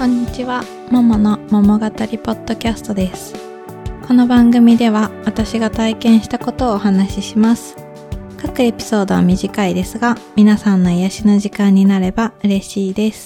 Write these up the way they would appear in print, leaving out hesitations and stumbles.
こんにちは、ももの桃語りポッドキャストです。この番組では私が体験したことをお話しします。各エピソードは短いですが、皆さんの癒しの時間になれば嬉しいです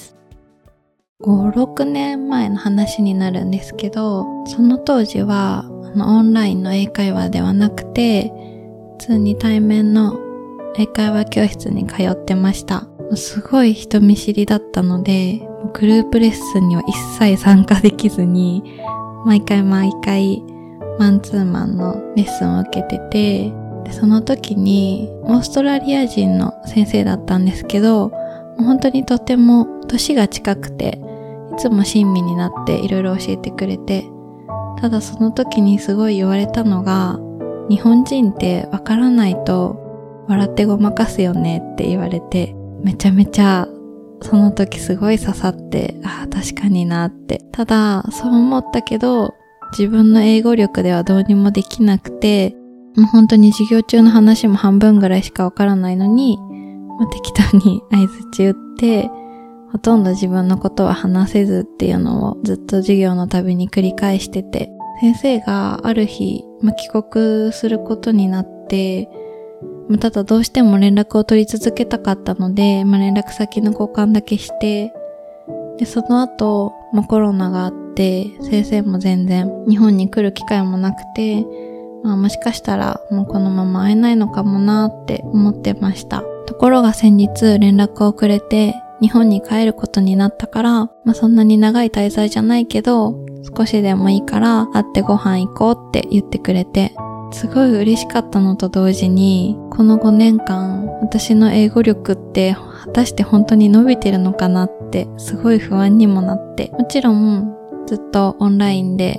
。5、6年前の話になるんですけど、その当時はオンラインの英会話ではなくて、普通に対面の英会話教室に通ってました。すごい人見知りだったので、グループレッスンには一切参加できずに、毎回マンツーマンのレッスンを受けてて、でその時にオーストラリア人の先生だったんですけど、もう本当にとても年が近くて、いつも親身になっていろいろ教えてくれて、ただその時にすごい言われたのが、日本人ってわからないと笑ってごまかすよねって言われて、めちゃめちゃその時すごい刺さって、確かになって。ただ、そう思ったけど、自分の英語力ではどうにもできなくて、もう本当に授業中の話も半分ぐらいしかわからないのに、適当に相槌打って、ほとんど自分のことは話せずっていうのをずっと授業のたびに繰り返してて、先生がある日、帰国することになって、ただどうしても連絡を取り続けたかったので、連絡先の交換だけして、で、その後、コロナがあって、先生も全然日本に来る機会もなくて、もしかしたらもうこのまま会えないのかもなって思ってました。ところが先日連絡をくれて、日本に帰ることになったから、そんなに長い滞在じゃないけど、少しでもいいから会ってご飯行こうって言ってくれて、すごい嬉しかったのと同時に、この5年間、私の英語力って果たして本当に伸びてるのかなってすごい不安にもなって、もちろんずっとオンラインで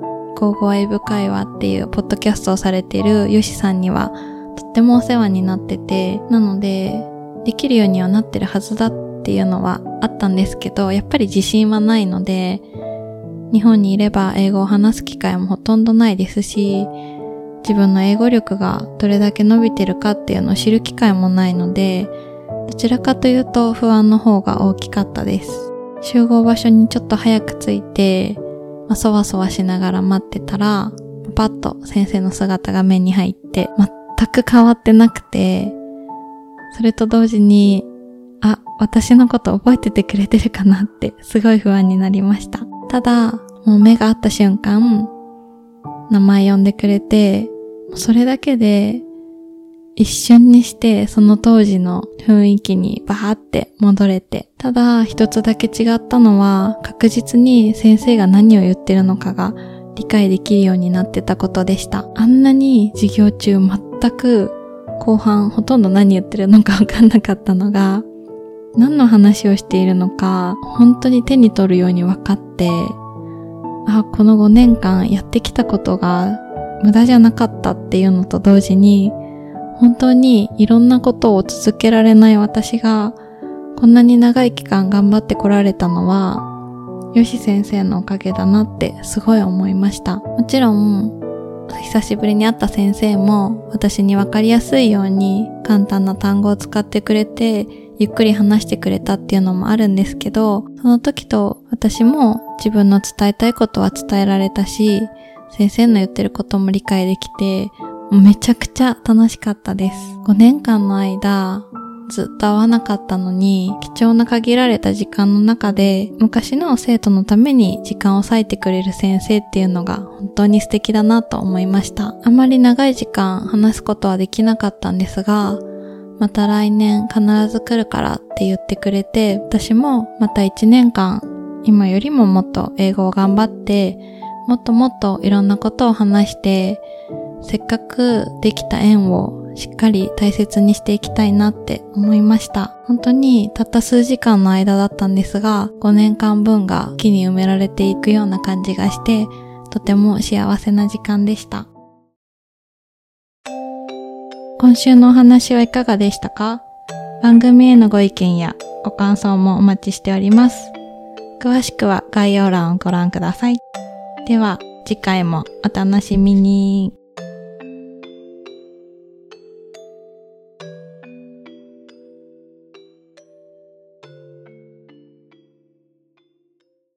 55英語会話っていうポッドキャストをされているヨシさんにはとってもお世話になってて、なのでできるようにはなってるはずだっていうのはあったんですけど、やっぱり自信はないので、日本にいれば英語を話す機会もほとんどないですし、自分の英語力がどれだけ伸びてるかっていうのを知る機会もないので、どちらかというと不安の方が大きかったです。集合場所にちょっと早く着いて、そわそわしながら待ってたら、パッと先生の姿が目に入って、全く変わってなくて、それと同時に、私のこと覚えててくれてるかなってすごい不安になりました。ただ、もう目が合った瞬間、名前呼んでくれて、それだけで一瞬にしてその当時の雰囲気にバーって戻れて、ただ一つだけ違ったのは確実に先生が何を言ってるのかが理解できるようになってたことでした。あんなに授業中全く後半ほとんど何言ってるのかわかんなかったのが、何の話をしているのか本当に手に取るように分かって、この5年間やってきたことが無駄じゃなかったっていうのと同時に、本当にいろんなことを続けられない私がこんなに長い期間頑張ってこられたのはヨシ先生のおかげだなってすごい思いました。もちろん久しぶりに会った先生も私に分かりやすいように簡単な単語を使ってくれてゆっくり話してくれたっていうのもあるんですけど、その時と私も自分の伝えたいことは伝えられたし、先生の言ってることも理解できて、めちゃくちゃ楽しかったです。5年間の間、ずっと会わなかったのに、貴重な限られた時間の中で、昔の生徒のために時間を割いてくれる先生っていうのが本当に素敵だなと思いました。あまり長い時間話すことはできなかったんですが、また来年必ず来るからって言ってくれて、私もまた1年間、今よりももっと英語を頑張って、もっともっといろんなことを話して、せっかくできた縁をしっかり大切にしていきたいなって思いました。本当にたった数時間の間だったんですが、5年間分が木に埋められていくような感じがして、とても幸せな時間でした。今週のお話はいかがでしたか？番組へのご意見やご感想もお待ちしております。詳しくは概要欄をご覧ください。では次回もお楽しみに。